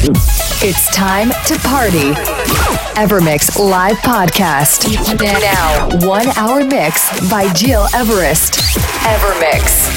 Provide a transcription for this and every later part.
It's time to party. Evermix Live Podcast. Now, 1 hour mix by Gil Everest. Evermix.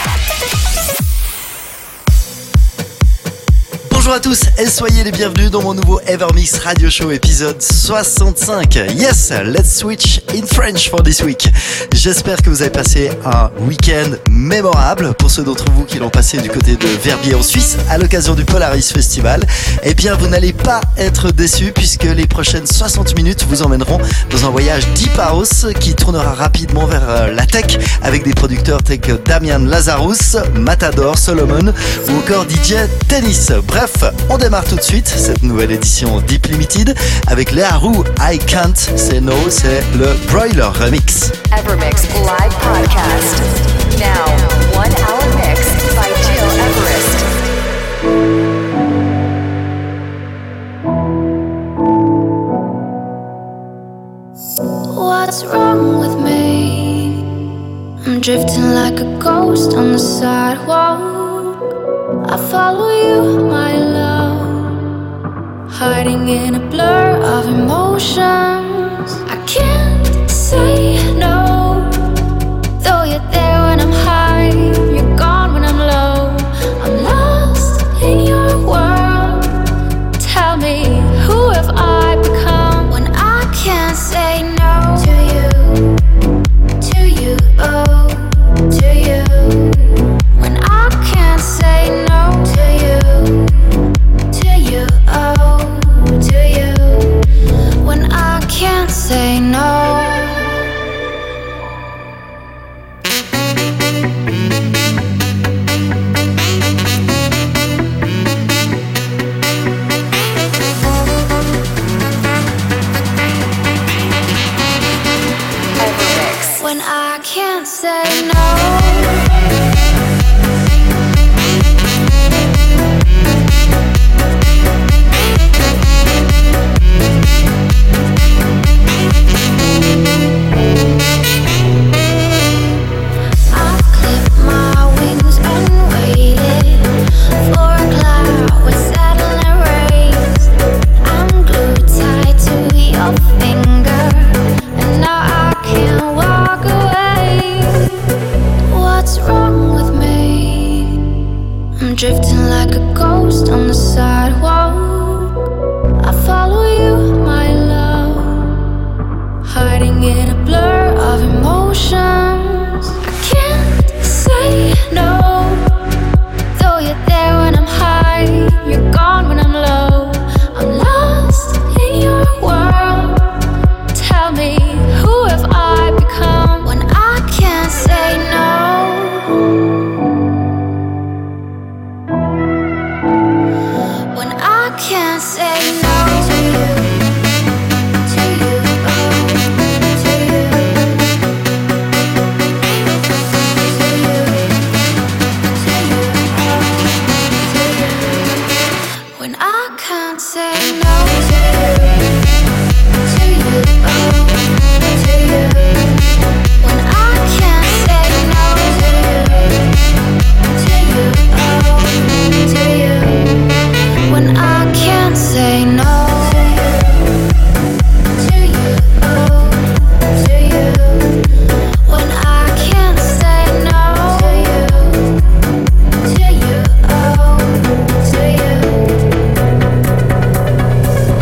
Bonjour à tous et soyez les bienvenus dans mon nouveau Evermix Radio Show épisode 65. Yes, let's switch in French for this week. J'espère que vous avez passé un week-end mémorable. Pour ceux d'entre vous qui l'ont passé du côté de Verbier en Suisse à l'occasion du Polaris Festival, eh bien vous n'allez pas être déçus puisque les prochaines 60 minutes vous emmèneront dans un voyage Deep House qui tournera rapidement vers la tech avec des producteurs tels que Damian Lazarus, Matador, Solomon ou encore DJ Tennis. Bref, on démarre tout de suite cette nouvelle édition Deep Limited avec Léa Roux, I Can't Say No, c'est le Broiler Remix. Evermix Live Podcast. Now, 1 hour mix by Gil Everest. What's wrong with me? I'm drifting like a ghost on the sidewalk. I follow you, my love, hiding in a blur of emotions. I can't say no, though you're there when I'm high, you're gone when I'm low. I'm lost in your world. Tell me, who have I become when I can't say no to you, oh, to you. When I can't say no to you, oh, to you. When I can't say no. When I can't say no. Drifting like a ghost on the sidewalk. I follow you, my love, hiding in a blur of emotions. I can't say no, though you're there when I'm high, you're gone when I'm low. I'm lost in your world. Tell me, who have I become when I can't say no? Can't say no to you, oh, to you, oh, when I can't say no to you, oh, to you. When I can't say no to you, oh, to you. When I can't say no to you, oh, to you. When I can't say no to you, oh, to you.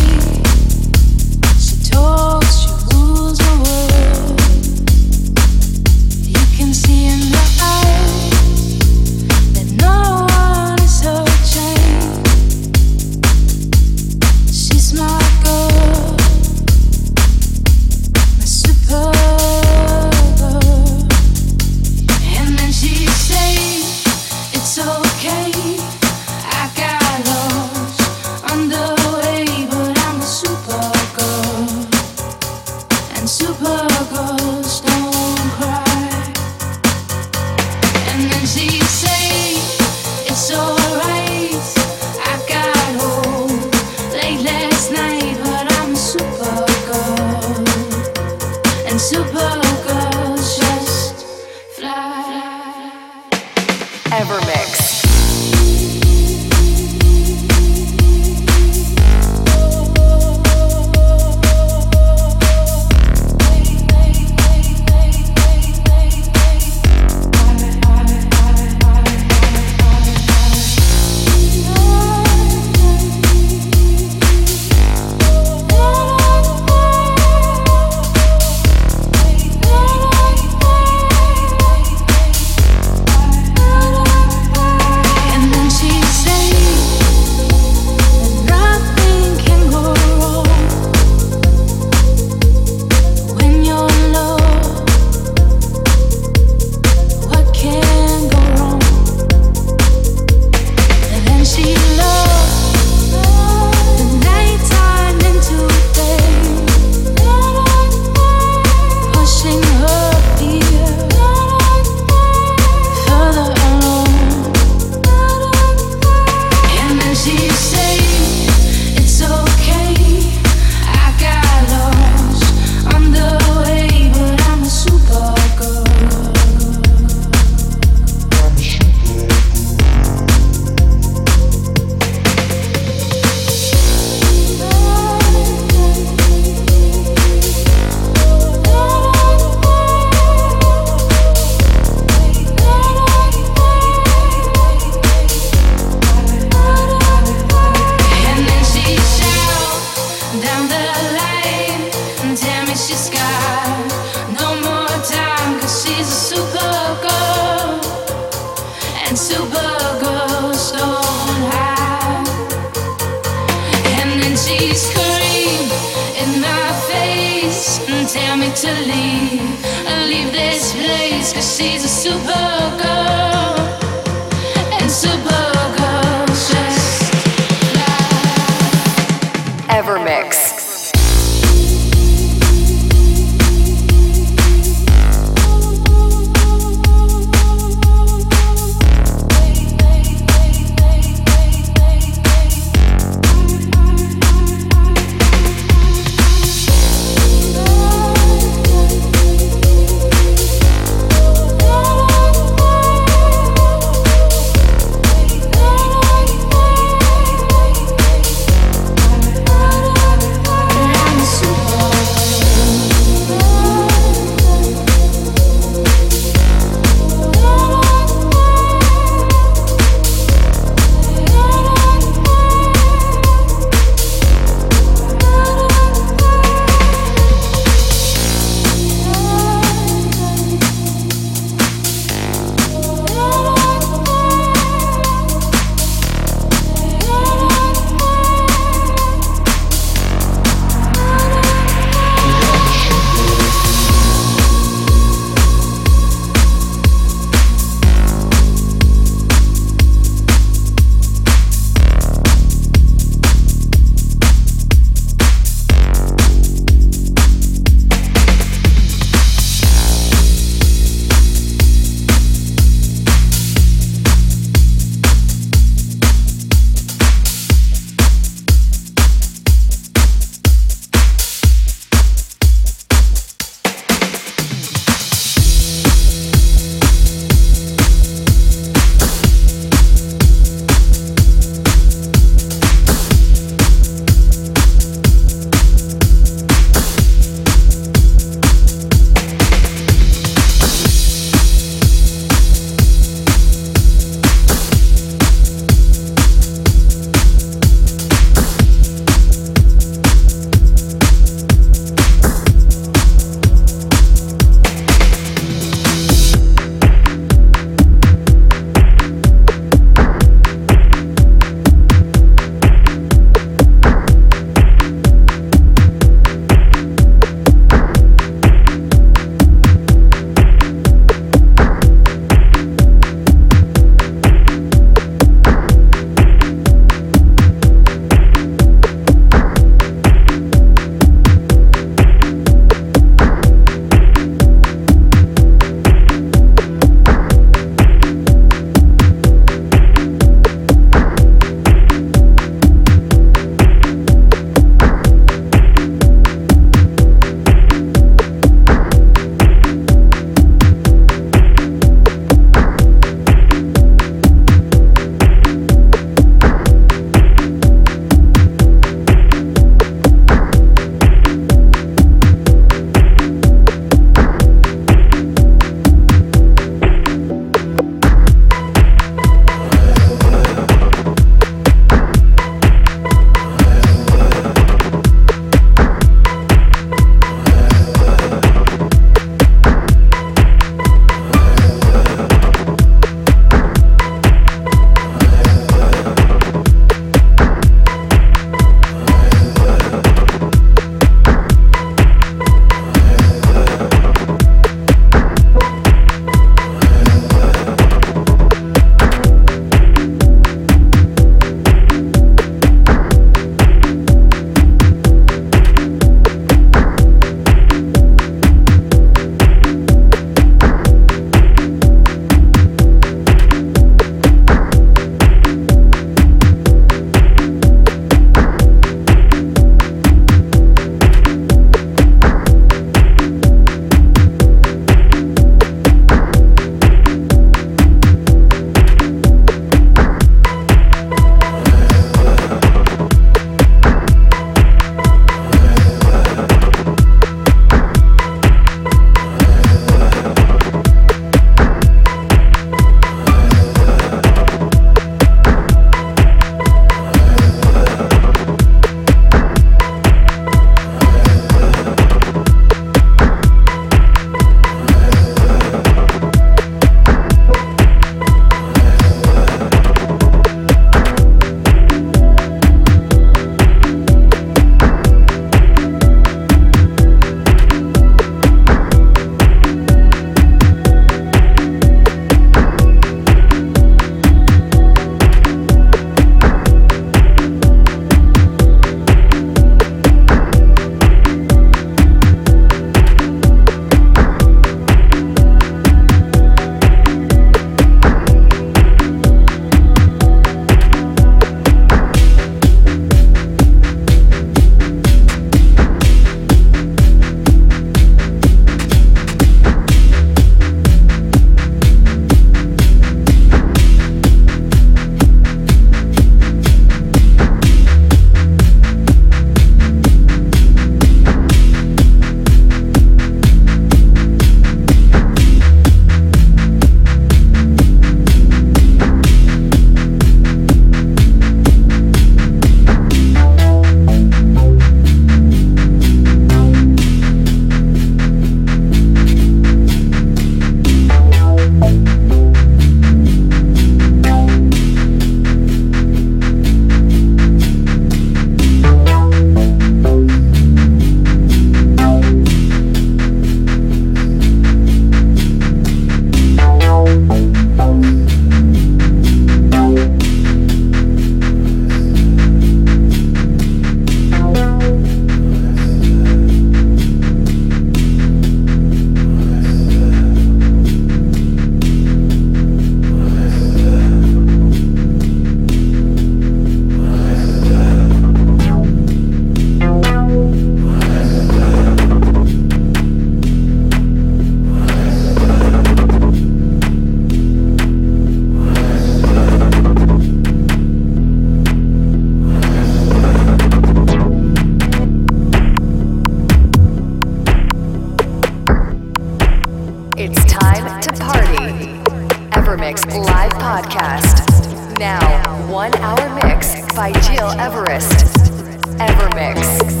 Evermix live podcast. Now, 1 hour mix by Gil Everest. Evermix.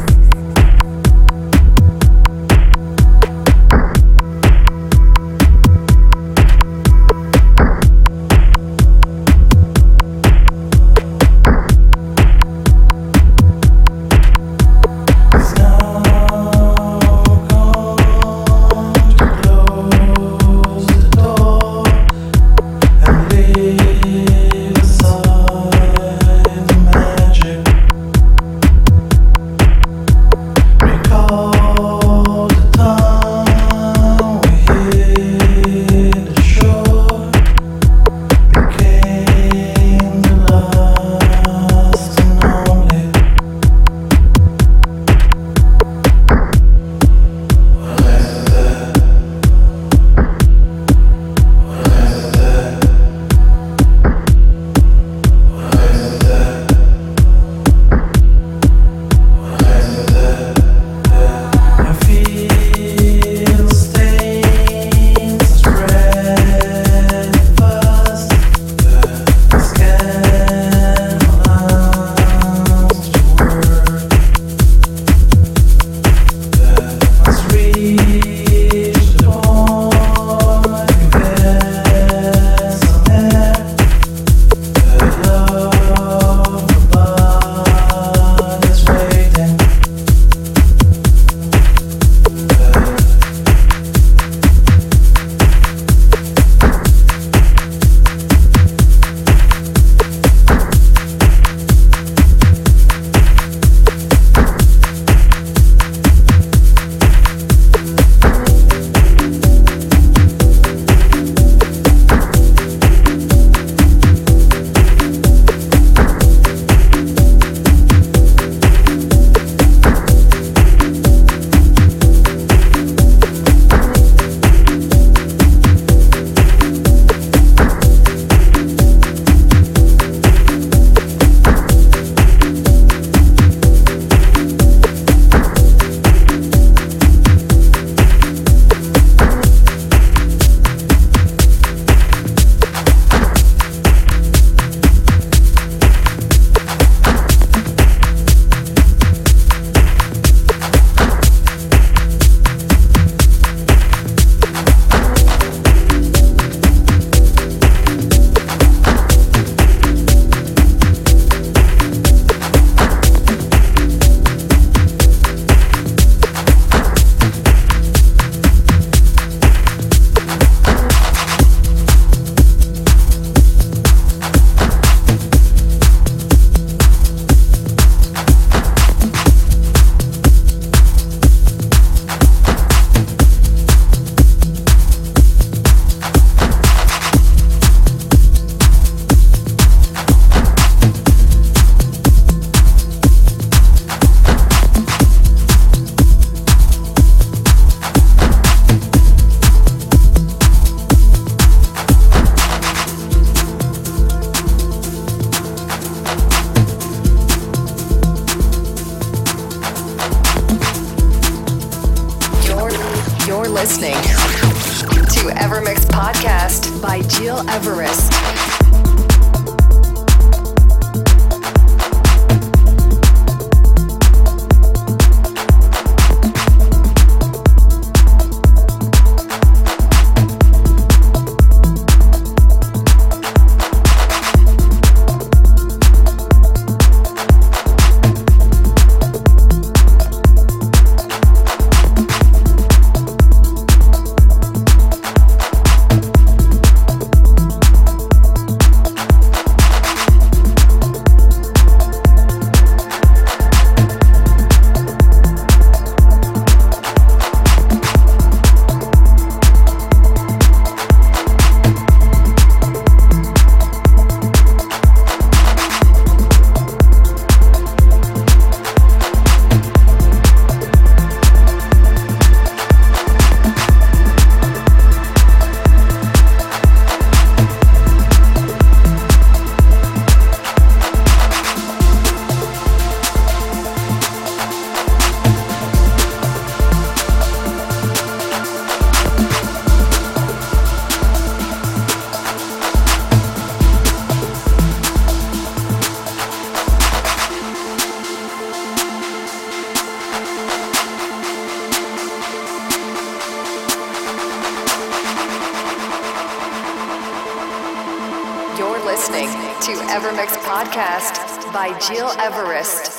Listening to Evermix Podcast by Gil Everest. listening to Evermix Podcast by Jill Everest.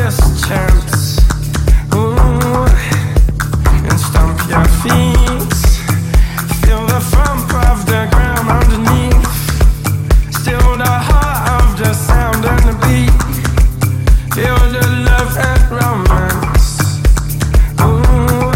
last chance. Ooh, and stomp your feet. Feel the thump of the ground underneath. Still the heart of the sound and the beat. Feel the love and romance. Ooh.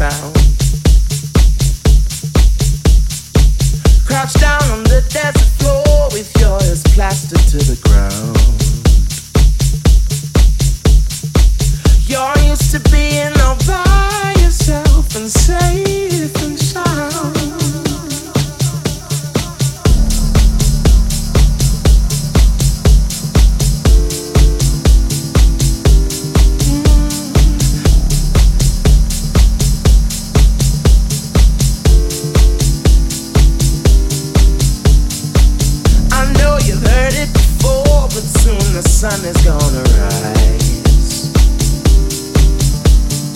ground. Crouch down on the desert floor with your ears plastered to the ground. You're used to being all by yourself and safe and sound. Soon the sun is gonna rise.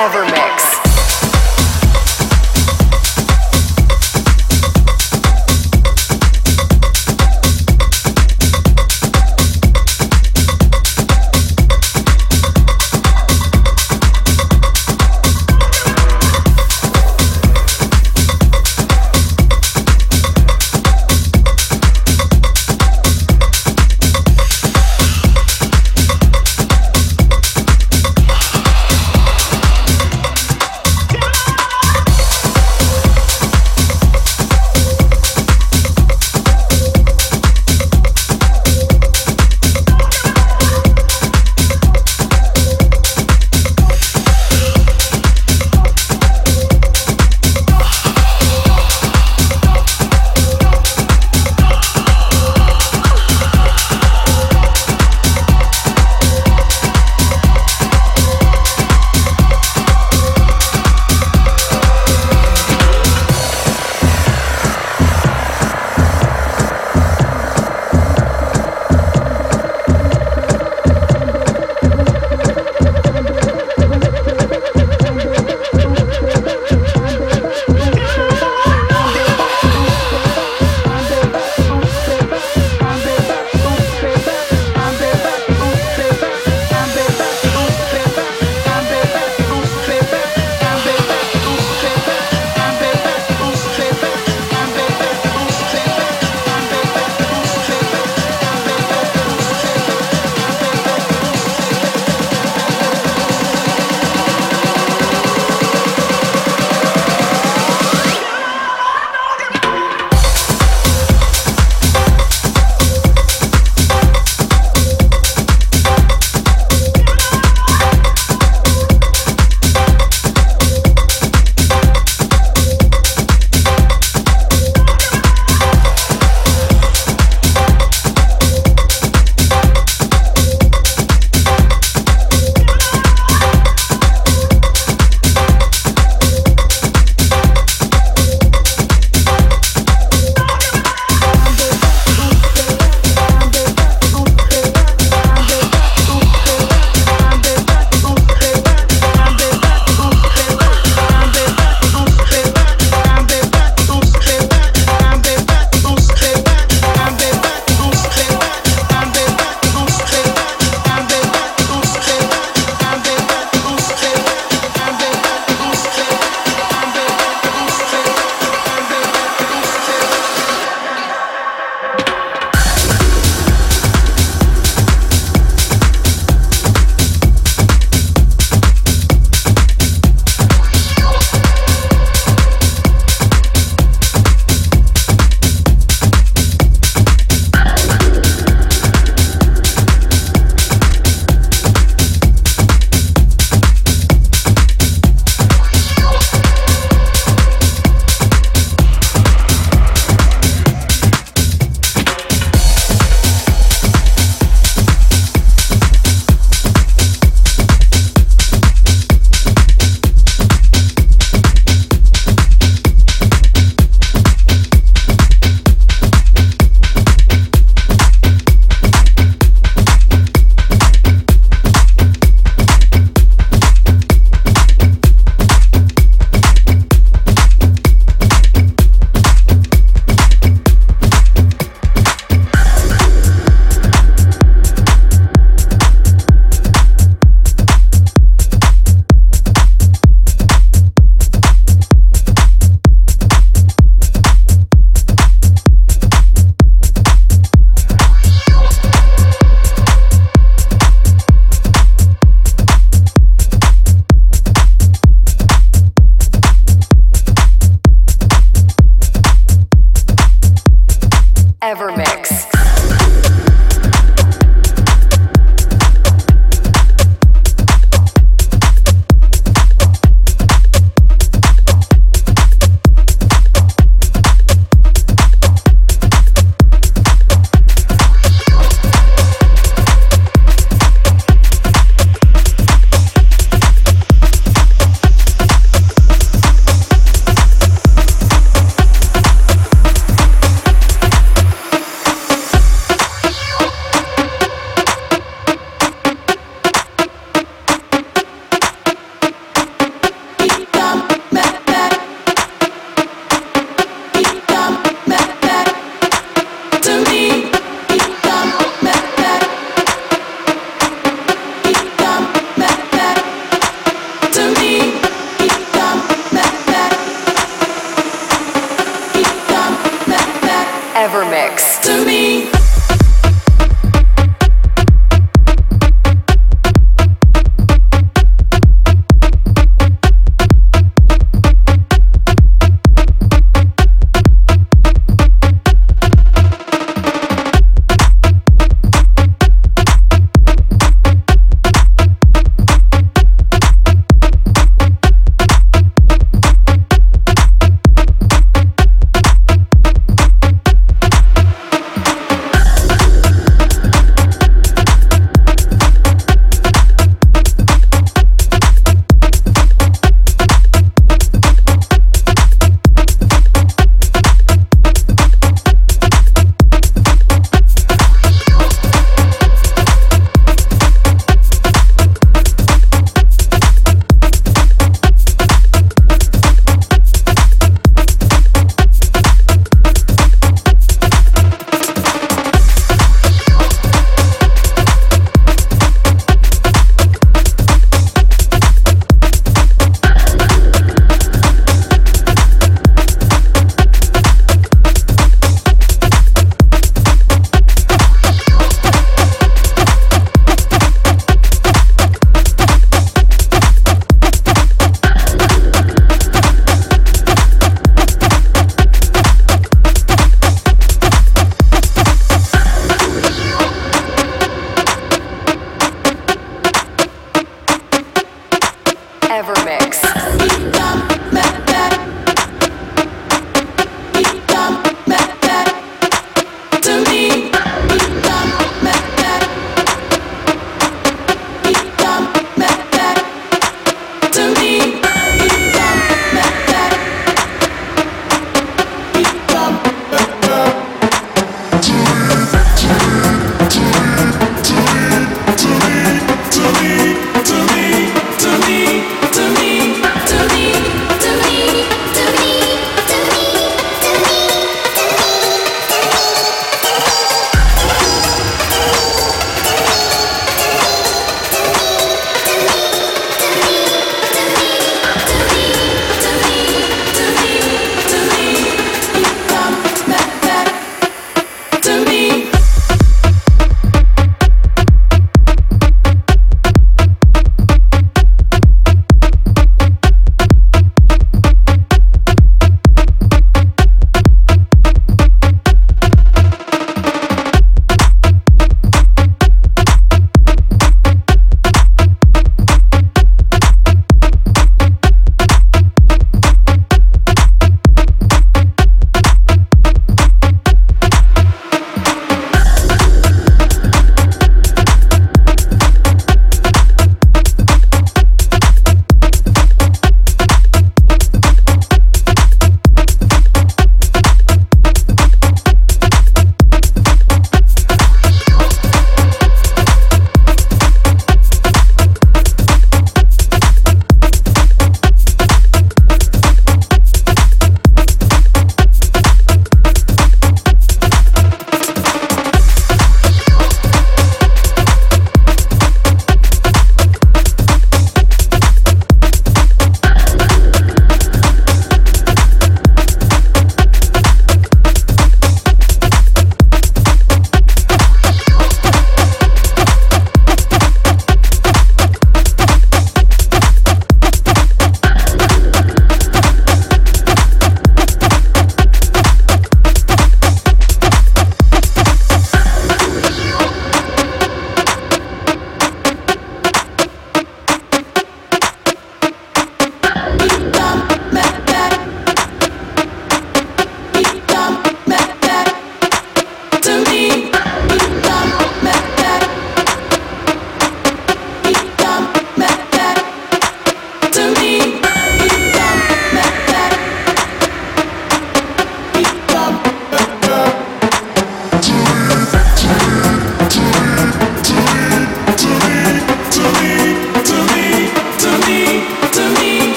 Evermix.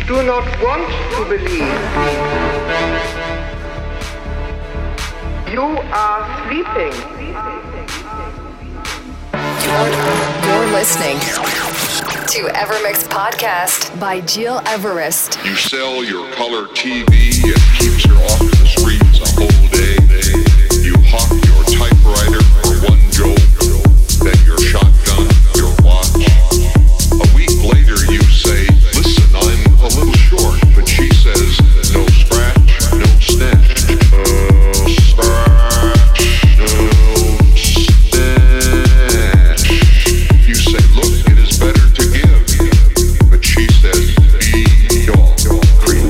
do not want to believe. You are sleeping. You're listening to Evermix Podcast by Jill Everest. You sell your color TV, it keeps you off the streets a whole day. You hawk your typewriter for one jolt, then your shotgun, your watch. A week later you say, listen, I'm a little short, but she says, no scratch, no snatch. Scratch, no snatch. You say, look, it is better to give, but she says, be your cream.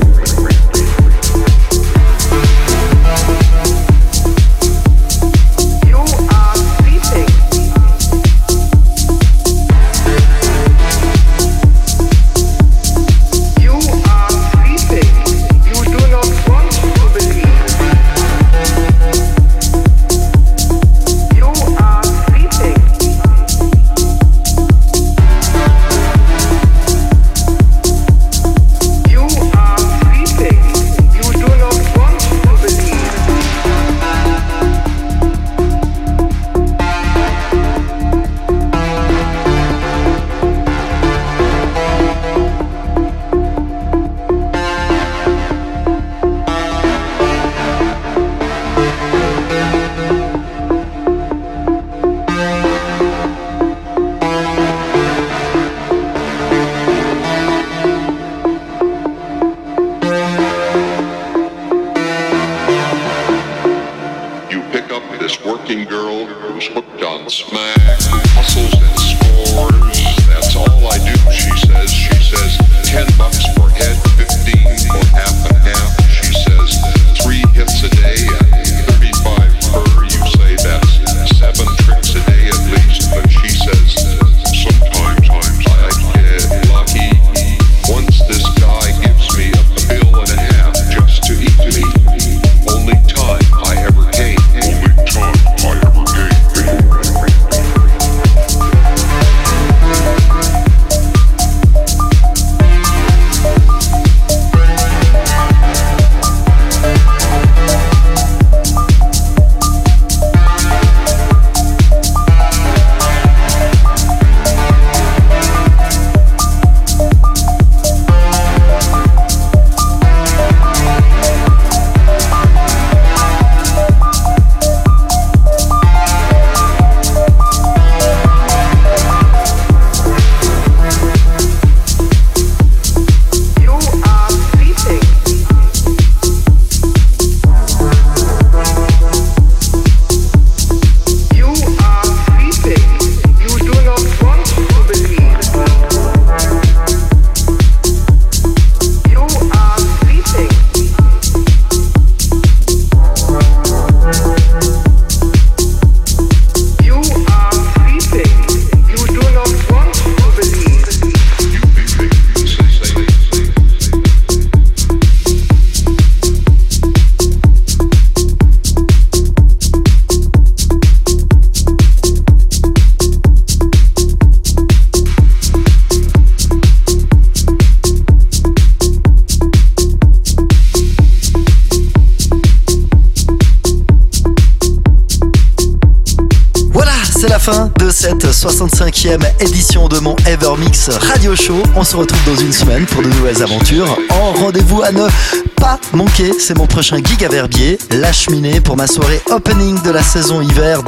fin de cette 65e édition de mon Evermix Radio Show. On se retrouve dans une semaine pour de nouvelles aventures. En rendez-vous à ne pas manquer, c'est mon prochain gig à Verbier, La Cheminée, pour ma soirée opening de la saison hiver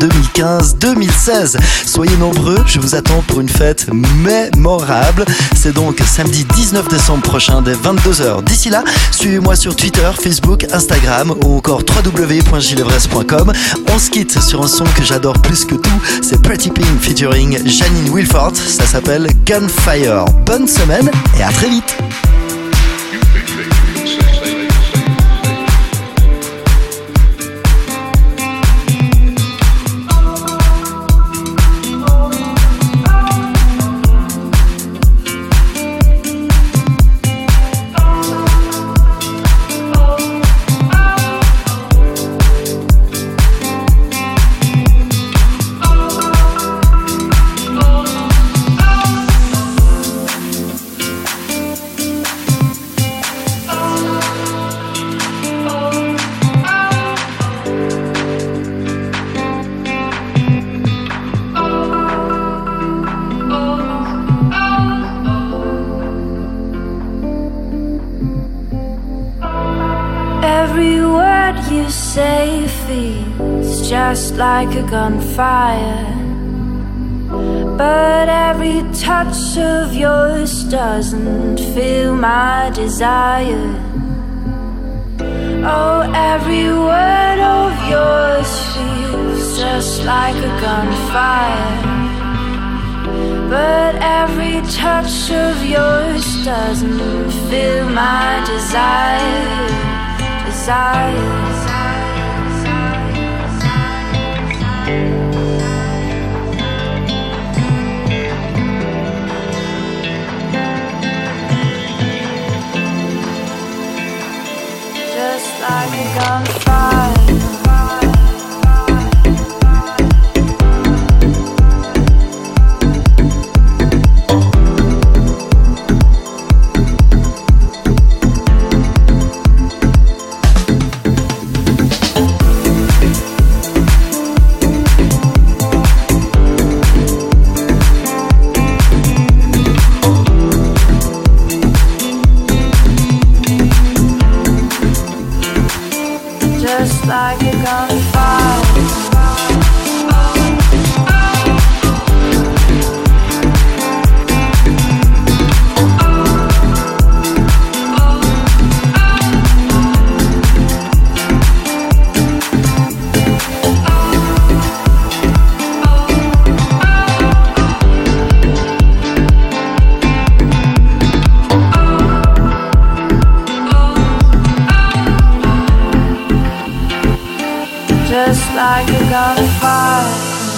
2015-2016. Soyez nombreux, je vous attends pour une fête mémorable. C'est donc samedi 19 décembre prochain dès 22h. D'ici là, suivez-moi sur Twitter, Facebook, Instagram ou encore www.gilevres.com. On se quitte sur un son que j'adore plus que tout, c'est Pretty Pink featuring Janine Wilford. Ça s'appelle Gunfire. Bonne semaine et à très vite. you say feels just like a gunfire, but every touch of yours doesn't feel my desire. Oh, every word of yours feels just like a gunfire, but every touch of yours doesn't feel my desire. Just like a gunfire. Just like a gunfire. Just like a gunfire.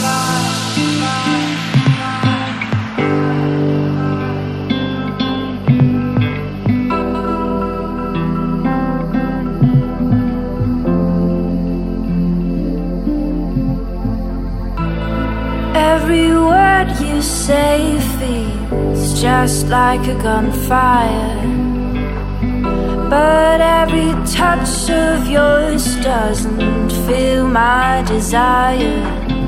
Every word you say feels just like a gunfire, but every touch of yours doesn't feel my desire.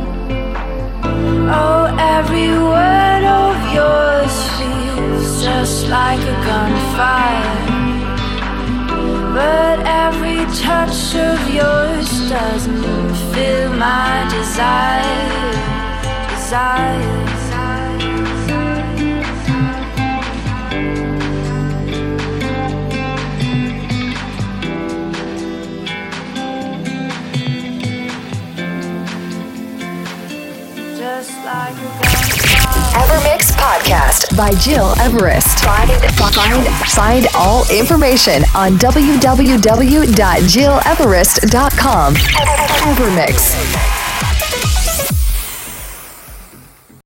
Oh, every word of yours feels just like a gunfire, but every touch of yours doesn't feel my desire. Evermix Podcast by Gil Everest. Find all information on www.gileverest.com. Evermix.